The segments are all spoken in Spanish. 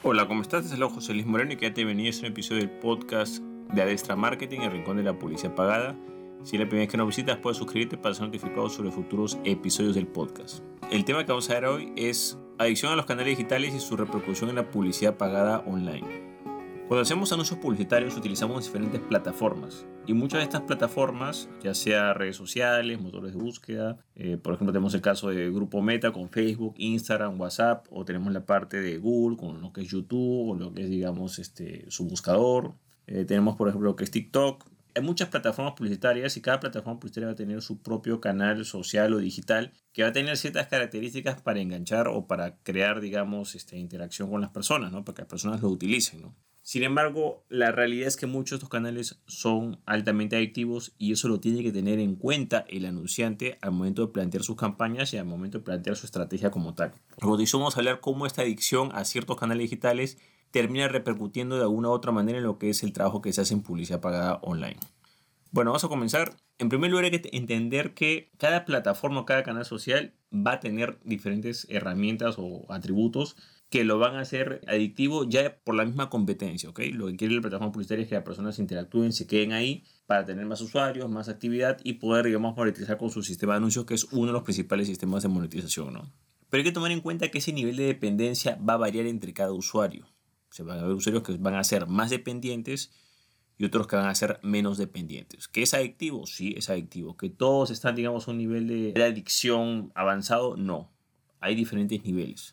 Hola, ¿cómo estás? Te saluda José Luis Moreno y quédate bienvenido a un episodio del podcast de Adestra Marketing, el rincón de la publicidad pagada. Si es la primera vez que nos visitas, puedes suscribirte para ser notificado sobre futuros episodios del podcast. El tema que vamos a ver hoy es adicción a los canales digitales y su repercusión en la publicidad pagada online. Cuando hacemos anuncios publicitarios utilizamos diferentes plataformas y muchas de estas plataformas, ya sea redes sociales, motores de búsqueda, por ejemplo tenemos el caso de Grupo Meta con Facebook, Instagram, WhatsApp, o tenemos la parte de Google con lo que es YouTube o lo que es digamos su buscador, tenemos por ejemplo lo que es TikTok. Hay muchas plataformas publicitarias y cada plataforma publicitaria va a tener su propio canal social o digital que va a tener ciertas características para enganchar o para crear digamos interacción con las personas, ¿no? Para que las personas lo utilicen, ¿no? Sin embargo, la realidad es que muchos de estos canales son altamente adictivos y eso lo tiene que tener en cuenta el anunciante al momento de plantear sus campañas y al momento de plantear su estrategia como tal. A continuación vamos a hablar cómo esta adicción a ciertos canales digitales termina repercutiendo de alguna u otra manera en lo que es el trabajo que se hace en publicidad pagada online. Bueno, vamos a comenzar. En primer lugar hay que entender que cada plataforma o cada canal social va a tener diferentes herramientas o atributos que lo van a hacer adictivo ya por la misma competencia, ¿ok? Lo que quiere la plataforma publicitaria es que las personas interactúen, se queden ahí para tener más usuarios, más actividad y poder, digamos, monetizar con su sistema de anuncios, que es uno de los principales sistemas de monetización, ¿no? Pero hay que tomar en cuenta que ese nivel de dependencia va a variar entre cada usuario. O sea, van a haber usuarios que van a ser más dependientes y otros que van a ser menos dependientes. ¿Que es adictivo? Sí, es adictivo. ¿Que todos están, digamos, a un nivel de adicción avanzado? No. Hay diferentes niveles.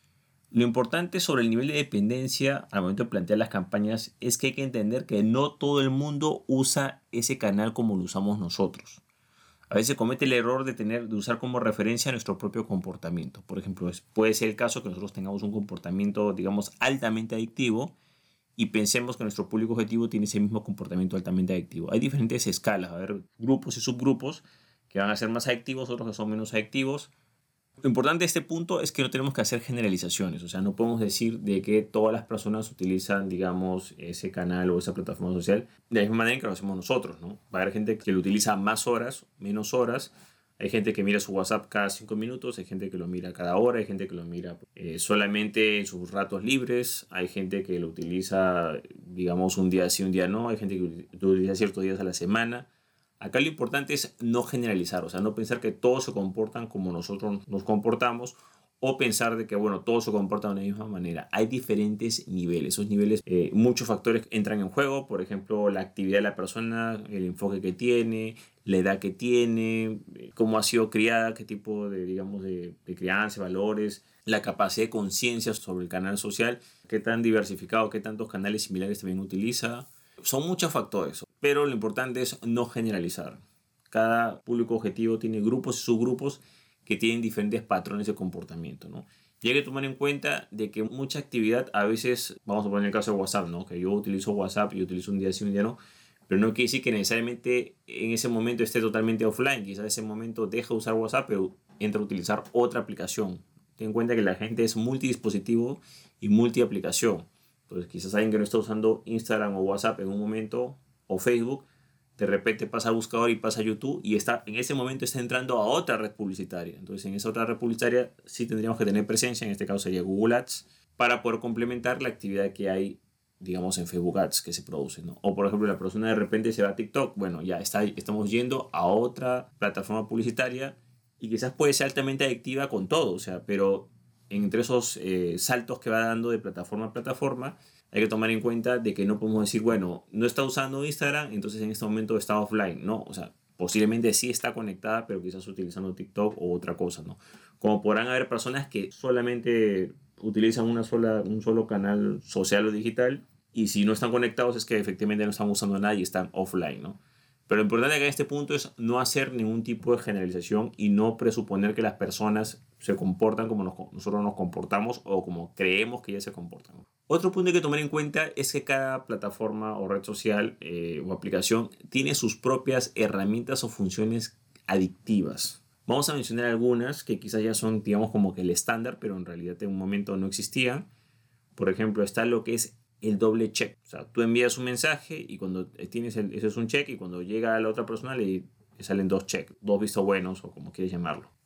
Lo importante sobre el nivel de dependencia al momento de plantear las campañas es que hay que entender que no todo el mundo usa ese canal como lo usamos nosotros. A veces comete el error de usar como referencia nuestro propio comportamiento. Por ejemplo, puede ser el caso que nosotros tengamos un comportamiento, digamos, altamente adictivo y pensemos que nuestro público objetivo tiene ese mismo comportamiento altamente adictivo. Hay diferentes escalas, va a haber grupos y subgrupos que van a ser más adictivos, otros que son menos adictivos. Lo importante de este punto es que no tenemos que hacer generalizaciones, o sea, no podemos decir de que todas las personas utilizan, digamos, ese canal o esa plataforma social de la misma manera que lo hacemos nosotros, ¿no? Va a haber gente que lo utiliza más horas, menos horas. Hay gente que mira su WhatsApp cada 5 minutos, hay gente que lo mira cada hora, hay gente que lo mira solamente en sus ratos libres, hay gente que lo utiliza, digamos, un día sí, un día no, hay gente que lo utiliza ciertos días a la semana. Acá lo importante es no generalizar, o sea, no pensar que todos se comportan como nosotros nos comportamos o pensar de que, bueno, todos se comportan de la misma manera. Hay diferentes niveles. Esos niveles, muchos factores entran en juego, por ejemplo, la actividad de la persona, el enfoque que tiene, la edad que tiene, cómo ha sido criada, qué tipo de, digamos, de crianza, valores, la capacidad de conciencia sobre el canal social, qué tan diversificado, qué tantos canales similares también utiliza. Son muchos factores, pero lo importante es no generalizar. Cada público objetivo tiene grupos y subgrupos que tienen diferentes patrones de comportamiento, ¿no? Y hay que tomar en cuenta de que mucha actividad a veces, vamos a poner el caso de WhatsApp, ¿no? Que yo utilizo WhatsApp y utilizo un día sí, un día no, pero no quiere decir que necesariamente en ese momento esté totalmente offline. Quizás en ese momento deja de usar WhatsApp, pero entra a utilizar otra aplicación. Ten en cuenta que la gente es multidispositivo y multiaplicación. Entonces quizás alguien que no está usando Instagram o WhatsApp en un momento o Facebook, de repente pasa a buscador y pasa a YouTube y en ese momento está entrando a otra red publicitaria. Entonces en esa otra red publicitaria sí tendríamos que tener presencia, en este caso sería Google Ads, para poder complementar la actividad que hay, digamos, en Facebook Ads que se produce, ¿no? O por ejemplo la persona de repente se va a TikTok, bueno, ya estamos yendo a otra plataforma publicitaria y quizás puede ser altamente adictiva con todo, o sea, pero entre esos saltos que va dando de plataforma a plataforma, hay que tomar en cuenta de que no podemos decir, bueno, no está usando Instagram, entonces en este momento está offline, ¿no? O sea, posiblemente sí está conectada, pero quizás utilizando TikTok o otra cosa, ¿no? Como podrán haber personas que solamente utilizan un solo canal social o digital y si no están conectados es que efectivamente no están usando nada y están offline, ¿no? Pero lo importante acá en este punto es no hacer ningún tipo de generalización y no presuponer que las personas se comportan como nosotros nos comportamos o como creemos que ya se comportan. Otro punto que hay que tomar en cuenta es que cada plataforma o red social o aplicación tiene sus propias herramientas o funciones adictivas. Vamos a mencionar algunas que quizás ya son, digamos, como que el estándar, pero en realidad en un momento no existían. Por ejemplo, está lo que es el doble check. O sea, tú envías un mensaje y cuando ese es un check y cuando llega a la otra persona le salen dos check, dos vistos buenos o como quieres llamarlo.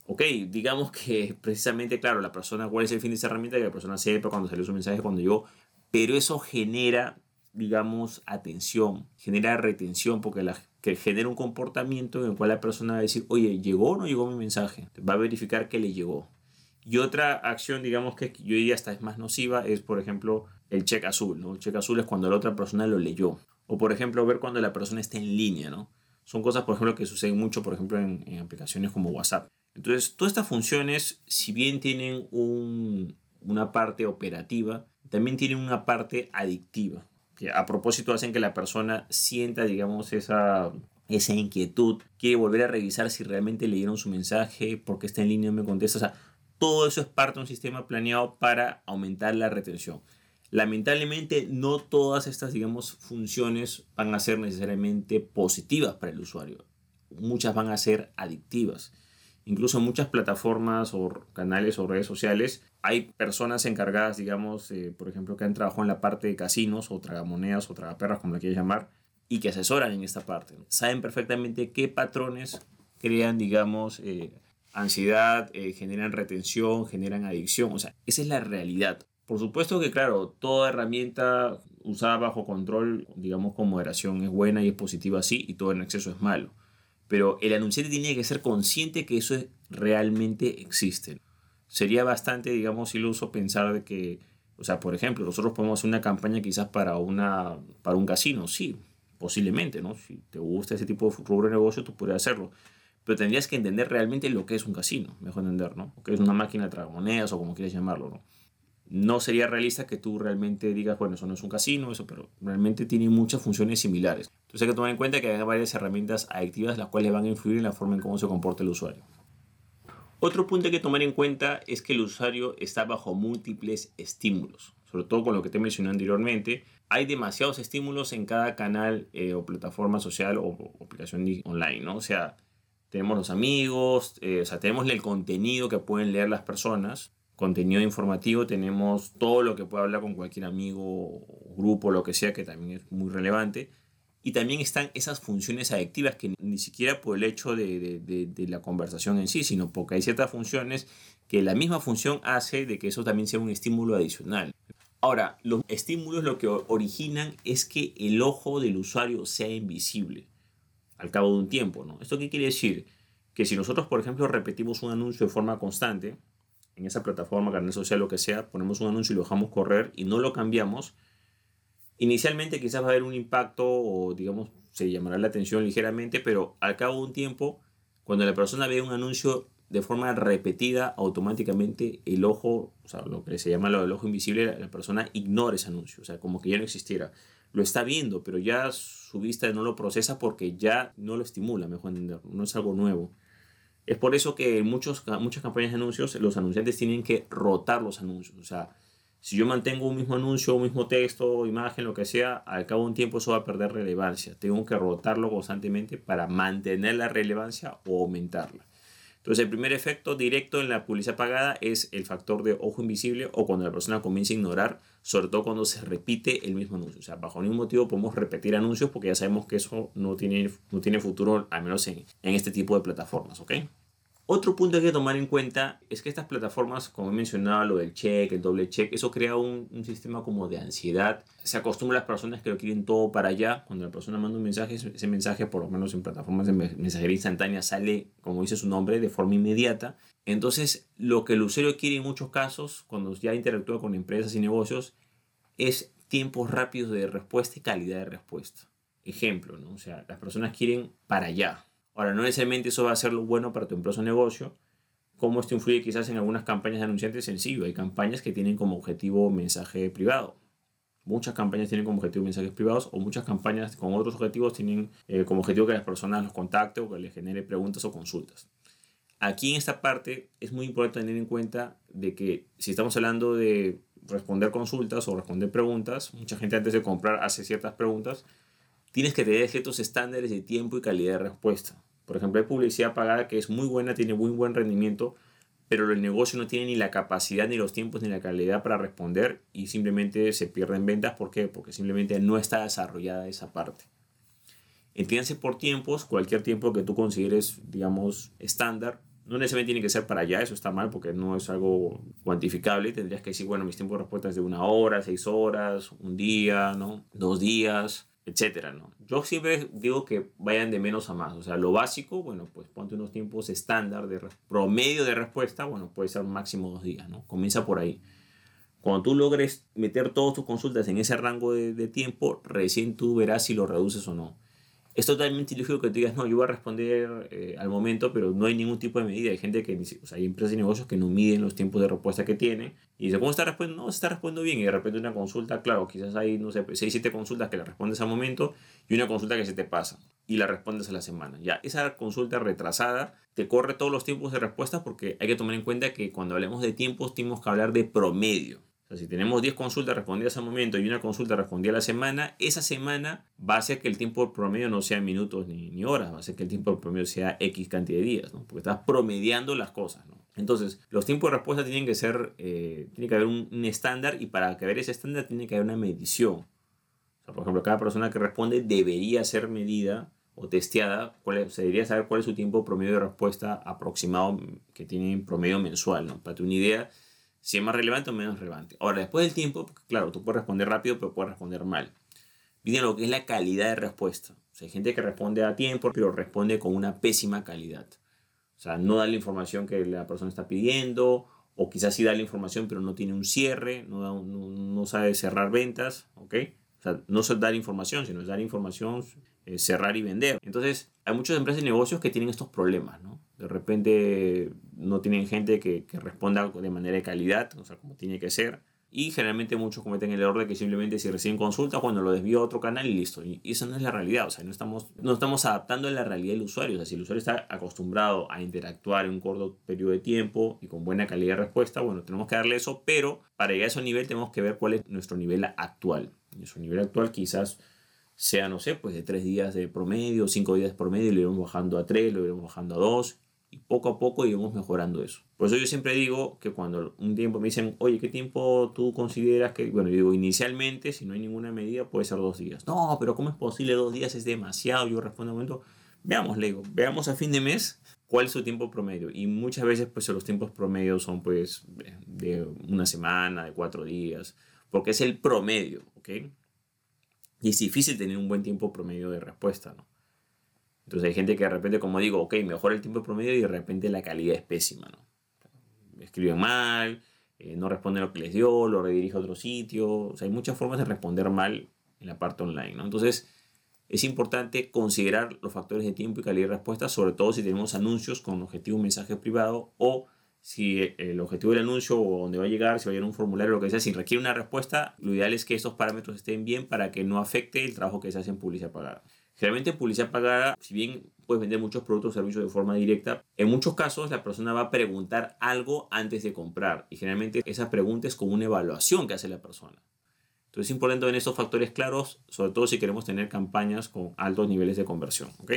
Ok, digamos que precisamente, claro, la persona, ¿cuál es el fin de esa herramienta? Que la persona sepa cuando salió su mensaje, cuando llegó, pero eso genera, digamos, atención, genera retención, porque que genera un comportamiento en el cual la persona va a decir, oye, ¿llegó o no llegó mi mensaje? Va a verificar que le llegó. Y otra acción, digamos, que yo diría hasta es más nociva, es, por ejemplo, el check azul, ¿no? El check azul es cuando la otra persona lo leyó. O, por ejemplo, ver cuando la persona está en línea, ¿no? Son cosas, por ejemplo, que suceden mucho, por ejemplo, en aplicaciones como WhatsApp. Entonces, todas estas funciones, si bien tienen una parte operativa, también tienen una parte adictiva, que a propósito hacen que la persona sienta, digamos, esa inquietud, quiere volver a revisar si realmente leyeron su mensaje, por qué está en línea y no me contesta. O sea, todo eso es parte de un sistema planeado para aumentar la retención. Lamentablemente, no todas estas, digamos, funciones van a ser necesariamente positivas para el usuario. Muchas van a ser adictivas. Incluso en muchas plataformas o canales o redes sociales hay personas encargadas, digamos, por ejemplo, que han trabajado en la parte de casinos o tragamonedas o tragaperras, como la quieras llamar, y que asesoran en esta parte. Saben perfectamente qué patrones crean, digamos, ansiedad, generan retención, generan adicción. O sea, esa es la realidad. Por supuesto que, claro, toda herramienta usada bajo control, digamos, con moderación es buena y es positiva así, y todo en exceso es malo. Pero el anunciante tiene que ser consciente que eso realmente existe. Sería bastante, digamos, iluso pensar de que, o sea, por ejemplo, nosotros podemos hacer una campaña quizás para un casino, sí, posiblemente, ¿no? Si te gusta ese tipo de rubro de negocio, tú podrías hacerlo. Pero tendrías que entender realmente lo que es un casino, mejor entender, ¿no? O que es una máquina de tragamonedas o como quieras llamarlo, ¿no? No sería realista que tú realmente digas, bueno, eso no es un casino, eso, pero realmente tiene muchas funciones similares. Entonces hay que tomar en cuenta que hay varias herramientas adictivas las cuales van a influir en la forma en cómo se comporta el usuario. Otro punto que hay que tomar en cuenta es que el usuario está bajo múltiples estímulos, sobre todo con lo que te mencioné anteriormente. Hay demasiados estímulos en cada canal o plataforma social o aplicación online, ¿no? O sea, tenemos los amigos, o sea, tenemos el contenido que pueden leer las personas, contenido informativo, tenemos todo lo que puede hablar con cualquier amigo, grupo, lo que sea, que también es muy relevante. Y también están esas funciones adictivas que ni siquiera por el hecho de la conversación en sí, sino porque hay ciertas funciones que la misma función hace de que eso también sea un estímulo adicional. Ahora, los estímulos lo que originan es que el ojo del usuario sea invisible al cabo de un tiempo, ¿no? ¿Esto qué quiere decir? Que si nosotros, por ejemplo, repetimos un anuncio de forma constante, en esa plataforma, canal social, lo que sea, ponemos un anuncio y lo dejamos correr y no lo cambiamos, inicialmente quizás va a haber un impacto o, digamos, se llamará la atención ligeramente, pero al cabo de un tiempo, cuando la persona ve un anuncio de forma repetida, automáticamente el ojo, o sea, lo que se llama lo del ojo invisible, la persona ignora ese anuncio, o sea, como que ya no existiera. Lo está viendo, pero ya su vista no lo procesa porque ya no lo estimula, mejor entender, no es algo nuevo. Es por eso que en muchas campañas de anuncios los anunciantes tienen que rotar los anuncios. O sea, si yo mantengo un mismo anuncio, un mismo texto, imagen, lo que sea, al cabo de un tiempo eso va a perder relevancia. Tengo que rotarlo constantemente para mantener la relevancia o aumentarla. Entonces, el primer efecto directo en la publicidad pagada es el factor de ojo invisible o cuando la persona comienza a ignorar, sobre todo cuando se repite el mismo anuncio. O sea, bajo ningún motivo podemos repetir anuncios porque ya sabemos que eso no tiene futuro, al menos en este tipo de plataformas, ¿ok? Otro punto que hay que tomar en cuenta es que estas plataformas, como he mencionado, lo del check, el doble check, eso crea un sistema como de ansiedad. Se acostumbra a las personas que lo quieren todo para allá. Cuando la persona manda un mensaje, ese mensaje, por lo menos en plataformas de mensajería instantánea, sale, como dice su nombre, de forma inmediata. Entonces, lo que el usuario quiere en muchos casos, cuando ya interactúa con empresas y negocios, es tiempos rápidos de respuesta y calidad de respuesta. Ejemplo, ¿no? O sea, las personas quieren para allá. Ahora, no necesariamente eso va a ser lo bueno para tu empresa o negocio. ¿Cómo esto influye quizás en algunas campañas de anunciantes? Sencillo. Hay campañas que tienen como objetivo mensaje privado. Muchas campañas tienen como objetivo mensajes privados o muchas campañas con otros objetivos tienen como objetivo que las personas los contacten o que les genere preguntas o consultas. Aquí en esta parte es muy importante tener en cuenta de que si estamos hablando de responder consultas o responder preguntas, mucha gente antes de comprar hace ciertas preguntas, tienes que tener ciertos estándares de tiempo y calidad de respuesta. Por ejemplo, hay publicidad pagada que es muy buena, tiene muy buen rendimiento, pero el negocio no tiene ni la capacidad, ni los tiempos, ni la calidad para responder y simplemente se pierden ventas. ¿Por qué? Porque simplemente no está desarrollada esa parte. Entiéndase por tiempos, cualquier tiempo que tú consideres, digamos, estándar, No necesariamente tiene que ser para allá, eso está mal porque no es algo cuantificable. Tendrías que decir, bueno, mis tiempos de respuesta es de 1 hora, 6 horas, un día, ¿no? 2 días, etcétera, ¿no? Yo siempre digo que vayan de menos a más. O sea, lo básico, bueno, pues ponte unos tiempos estándar de promedio de respuesta, bueno, puede ser máximo 2 días, ¿no? Comienza por ahí. Cuando tú logres meter todas tus consultas en ese rango de tiempo, recién tú verás si lo reduces o no. Es totalmente ilógico que tú digas, no, yo voy a responder al momento, pero no hay ningún tipo de medida. Hay gente que, o sea, hay empresas y negocios que no miden los tiempos de respuesta que tienen. Y dice, ¿cómo está respondiendo? No, se está respondiendo bien. Y de repente una consulta, claro, quizás hay, no sé, 6, 7 consultas que la respondes al momento y una consulta que se te pasa y la respondes a la semana. Ya, esa consulta retrasada te corre todos los tiempos de respuesta porque hay que tomar en cuenta que cuando hablemos de tiempos tenemos que hablar de promedio. O sea, si tenemos 10 consultas respondidas al momento y una consulta respondida a la semana, esa semana va a hacer que el tiempo promedio no sea minutos ni horas, va a hacer que el tiempo promedio sea X cantidad de días, ¿no? Porque estás promediando las cosas, ¿no? Entonces, los tiempos de respuesta tienen que ser, tiene que haber un estándar y para que haber ese estándar tiene que haber una medición. O sea, por ejemplo, cada persona que responde debería ser medida o testeada, se debería saber cuál es su tiempo promedio de respuesta aproximado que tiene en promedio mensual, ¿no? Para tener una idea si es más relevante o menos relevante. Ahora, después del tiempo, claro, tú puedes responder rápido, pero puedes responder mal. Viene lo que es la calidad de respuesta. O sea, hay gente que responde a tiempo, pero responde con una pésima calidad. O sea, no da la información que la persona está pidiendo, o quizás sí da la información, pero no tiene un cierre, no sabe cerrar ventas, ¿ok? O sea, no es dar información, sino es dar información, cerrar y vender. Entonces, hay muchas empresas y negocios que tienen estos problemas, ¿no? De repente no tienen gente que responda de manera de calidad, o sea, como tiene que ser. Y generalmente muchos cometen el error de que simplemente si reciben consulta, cuando lo desvío a otro canal y listo. Y esa no es la realidad, o sea, no estamos adaptando a la realidad del usuario. O sea, si el usuario está acostumbrado a interactuar en un corto periodo de tiempo y con buena calidad de respuesta, bueno, tenemos que darle eso, pero para llegar a ese nivel tenemos que ver cuál es nuestro nivel actual. Nuestro nivel actual quizás sea, no sé, pues de 3 días de promedio, 5 días de promedio, lo iremos bajando a 3, lo iremos bajando a 2 y poco a poco iremos mejorando eso. Por eso yo siempre digo que cuando un tiempo me dicen, oye, ¿qué tiempo tú consideras que? Bueno, yo digo, inicialmente, si no hay ninguna medida, puede ser 2 días. No, pero ¿cómo es posible? 2 días es demasiado. Yo respondo al momento, veamos, le digo, veamos a fin de mes cuál es su tiempo promedio. Y muchas veces, pues los tiempos promedios son, pues, de una semana, de 4 días, porque es el promedio, ¿ok? Y es difícil tener un buen tiempo promedio de respuesta, ¿no? Entonces hay gente que de repente, como digo, ok, mejora el tiempo promedio y de repente la calidad es pésima, ¿no? Escriben mal, no responden lo que les dio, lo redirige a otro sitio. O sea, hay muchas formas de responder mal en la parte online, ¿no? Entonces es importante considerar los factores de tiempo y calidad de respuesta, sobre todo si tenemos anuncios con objetivo mensaje privado o si el objetivo del anuncio o donde va a llegar, si va a llegar un formulario o lo que sea, si requiere una respuesta, lo ideal es que estos parámetros estén bien para que no afecte el trabajo que se hace en publicidad pagada. Generalmente en publicidad pagada, si bien puedes vender muchos productos o servicios de forma directa, en muchos casos la persona va a preguntar algo antes de comprar y generalmente esa pregunta es como una evaluación que hace la persona. Entonces es importante tener estos factores claros, sobre todo si queremos tener campañas con altos niveles de conversión, ¿ok?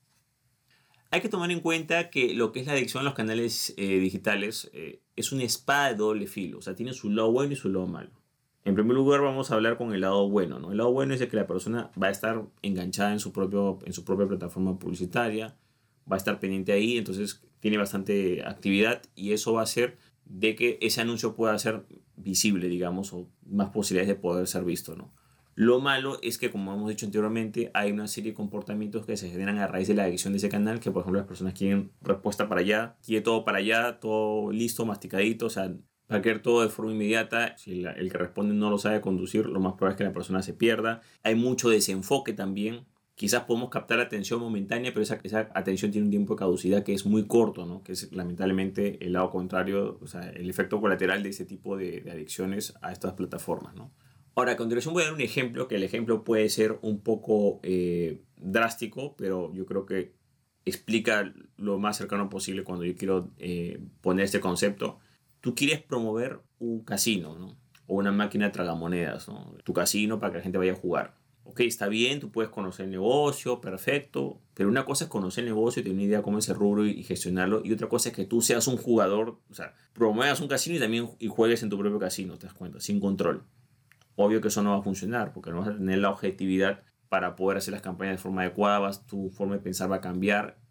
Hay que tomar en cuenta que lo que es la adicción a los canales digitales es una espada de doble filo, o sea, tiene su lado bueno y su lado malo. En primer lugar vamos a hablar con el lado bueno, ¿no? El lado bueno es de que la persona va a estar enganchada en su propia plataforma publicitaria, va a estar pendiente ahí, entonces tiene bastante actividad y eso va a hacer de que ese anuncio pueda ser visible, digamos, o más posibilidades de poder ser visto, ¿no? Lo malo es que, como hemos dicho anteriormente, hay una serie de comportamientos que se generan a raíz de la adicción de ese canal, que por ejemplo las personas quieren respuesta para allá, quiere todo para allá, todo listo, masticadito, o sea, va a querer todo de forma inmediata. Si el que responde no lo sabe conducir, lo más probable es que la persona se pierda. Hay mucho desenfoque también. Quizás podemos captar atención momentánea, pero esa atención tiene un tiempo de caducidad que es muy corto, ¿no? Que es lamentablemente el lado contrario, o sea, el efecto colateral de ese tipo de adicciones a estas plataformas, ¿no? Ahora, a continuación voy a dar un ejemplo, que el ejemplo puede ser un poco drástico, pero yo creo que explica lo más cercano posible cuando yo quiero poner este concepto. Tú quieres promover un casino, ¿no? O una máquina de tragamonedas, ¿no? Tu casino para que la gente vaya a jugar. Ok, está bien, tú puedes conocer el negocio, perfecto, pero una cosa es conocer el negocio y tener una idea de cómo es el rubro y gestionarlo, y otra cosa es que tú seas un jugador, o sea, promuevas un casino y también juegues en tu propio casino, te das cuenta, sin control. Obvio que eso no va a funcionar porque no vas a tener la objetividad para poder hacer las campañas de forma adecuada, tu forma de pensar va a cambiar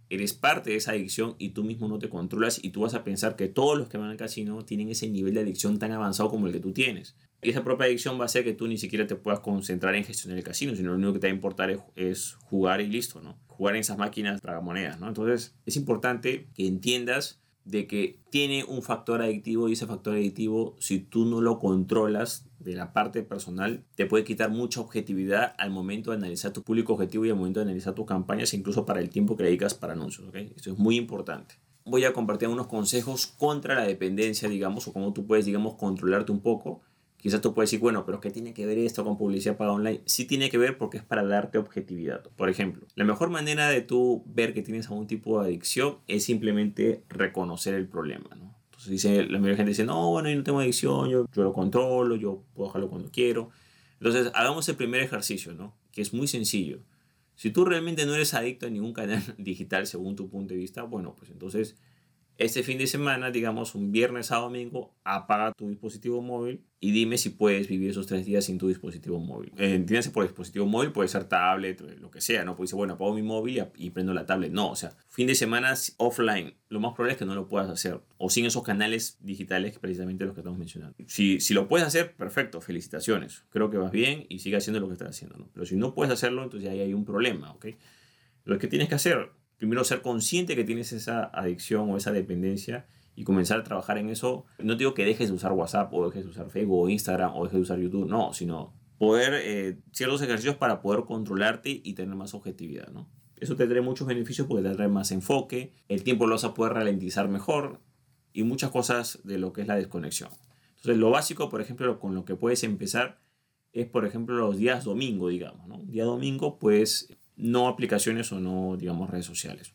eres parte de esa adicción y tú mismo no te controlas y tú vas a pensar que todos los que van al casino tienen ese nivel de adicción tan avanzado como el que tú tienes. Y esa propia adicción va a hacer que tú ni siquiera te puedas concentrar en gestionar el casino, sino lo único que te va a importar es jugar y listo, ¿no? Jugar en esas máquinas tragamonedas, ¿no? Entonces es importante que entiendas de que tiene un factor adictivo y ese factor adictivo, si tú no lo controlas de la parte personal, te puede quitar mucha objetividad al momento de analizar tu público objetivo y al momento de analizar tus campañas, incluso para el tiempo que le dedicas para anuncios, ¿ok? Esto es muy importante. Voy a compartir unos consejos contra la dependencia, digamos, o cómo tú puedes, digamos, controlarte un poco. Quizás tú puedes decir, bueno, pero ¿qué tiene que ver esto con publicidad pagada online? Sí tiene que ver porque es para darte objetividad. Por ejemplo, la mejor manera de tú ver que tienes algún tipo de adicción es simplemente reconocer el problema, ¿no? Entonces la mayoría de gente dice, no, bueno, yo no tengo adicción, yo lo controlo, yo puedo dejarlo cuando quiero. Entonces, hagamos el primer ejercicio, ¿no? Que es muy sencillo. Si tú realmente no eres adicto a ningún canal digital según tu punto de vista, bueno, pues entonces este fin de semana, digamos un viernes a domingo, apaga tu dispositivo móvil y dime si puedes vivir esos 3 días sin tu dispositivo móvil. Entiéndase por dispositivo móvil, puede ser tablet, lo que sea, ¿no? Puedes decir, bueno, apago mi móvil y prendo la tablet. No, o sea, fin de semana offline, lo más probable es que no lo puedas hacer. O sin esos canales digitales, precisamente los que estamos mencionando. Si lo puedes hacer, perfecto, felicitaciones. Creo que vas bien y sigue haciendo lo que estás haciendo, ¿no? Pero si no puedes hacerlo, entonces ahí hay un problema, ¿ok? Lo que tienes que hacer, primero ser consciente que tienes esa adicción o esa dependencia y comenzar a trabajar en eso. No digo que dejes de usar WhatsApp o dejes de usar Facebook o Instagram o dejes de usar YouTube, no, sino poder ciertos ejercicios para poder controlarte y tener más objetividad, ¿no? Eso te trae muchos beneficios porque te trae más enfoque, el tiempo lo vas a poder ralentizar mejor y muchas cosas de lo que es la desconexión. Entonces lo básico, por ejemplo, con lo que puedes empezar es, por ejemplo, los días domingo, digamos, ¿no? Día domingo, pues no aplicaciones o no, digamos, redes sociales.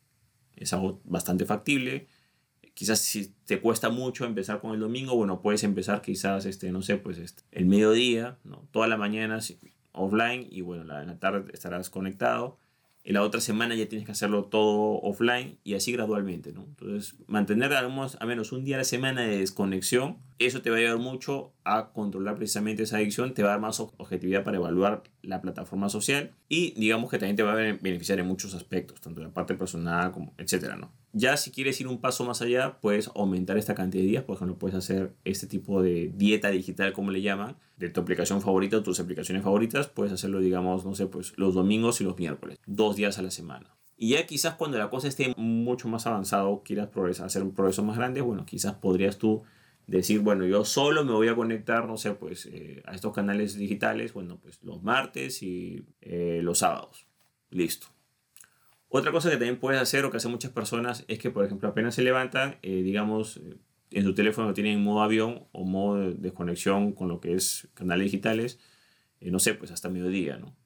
Es algo bastante factible. Quizás si te cuesta mucho empezar con el domingo, bueno, puedes empezar quizás, no sé, pues el mediodía, ¿no? Toda la mañana offline y bueno, en la tarde estarás conectado. En la otra semana ya tienes que hacerlo todo offline y así gradualmente, ¿no? Entonces, mantener al menos un día a la semana de desconexión, eso te va a ayudar mucho a controlar precisamente esa adicción, te va a dar más objetividad para evaluar la plataforma social y digamos que también te va a beneficiar en muchos aspectos, tanto en la parte personal como etcétera, ¿no? Ya si quieres ir un paso más allá, puedes aumentar esta cantidad de días. Por ejemplo, puedes hacer este tipo de dieta digital, como le llaman, de tu aplicación favorita o tus aplicaciones favoritas. Puedes hacerlo, digamos, no sé, pues los domingos y los miércoles, 2 días a la semana. Y ya quizás cuando la cosa esté mucho más avanzado, quieras progresar, hacer un progreso más grande, bueno, quizás podrías tú decir, bueno, yo solo me voy a conectar, no sé, pues a estos canales digitales, bueno, pues los martes y los sábados. Listo. Otra cosa que también puedes hacer o que hacen muchas personas es que, por ejemplo, apenas se levantan, digamos, en su teléfono lo tienen en modo avión o modo de desconexión con lo que es canales digitales, no sé, pues hasta mediodía, ¿no?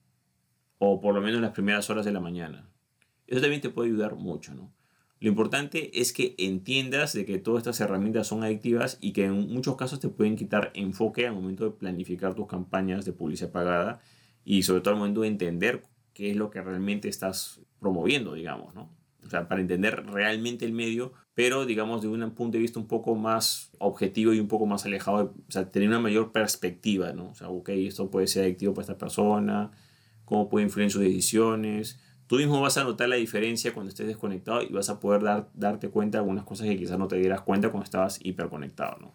O por lo menos en las primeras horas de la mañana. Eso también te puede ayudar mucho, ¿no? Lo importante es que entiendas de que todas estas herramientas son adictivas y que en muchos casos te pueden quitar enfoque al momento de planificar tus campañas de publicidad pagada y sobre todo al momento de entender qué es lo que realmente estás promoviendo, digamos, ¿no? O sea, para entender realmente el medio, pero digamos de un punto de vista un poco más objetivo y un poco más alejado, o sea, tener una mayor perspectiva, ¿no? O sea, ok, esto puede ser adictivo para esta persona, cómo puede influir en sus decisiones. Tú mismo vas a notar la diferencia cuando estés desconectado y vas a poder darte cuenta de algunas cosas que quizás no te dieras cuenta cuando estabas hiperconectado, ¿no?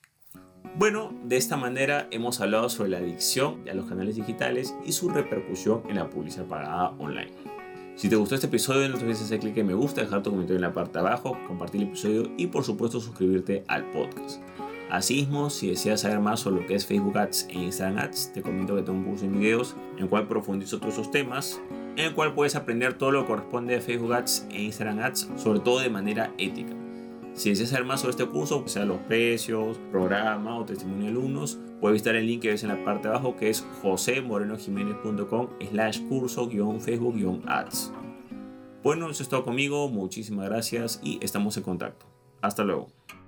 Bueno, de esta manera hemos hablado sobre la adicción a los canales digitales y su repercusión en la publicidad pagada online. Si te gustó este episodio, no te olvides hacer clic en me gusta, dejar tu comentario en la parte de abajo, compartir el episodio y por supuesto suscribirte al podcast. Asimismo, si deseas saber más sobre lo que es Facebook Ads e Instagram Ads, te comento que tengo un curso en videos en el cual profundizo todos esos temas, en el cual puedes aprender todo lo que corresponde a Facebook Ads e Instagram Ads, sobre todo de manera ética. Si deseas saber más sobre este curso, sea los precios, programa o testimonio de alumnos, puedes visitar el link que ves en la parte de abajo que es josemorenojimenez.com/curso-facebook-ads. Bueno, eso es todo conmigo, muchísimas gracias y estamos en contacto. Hasta luego.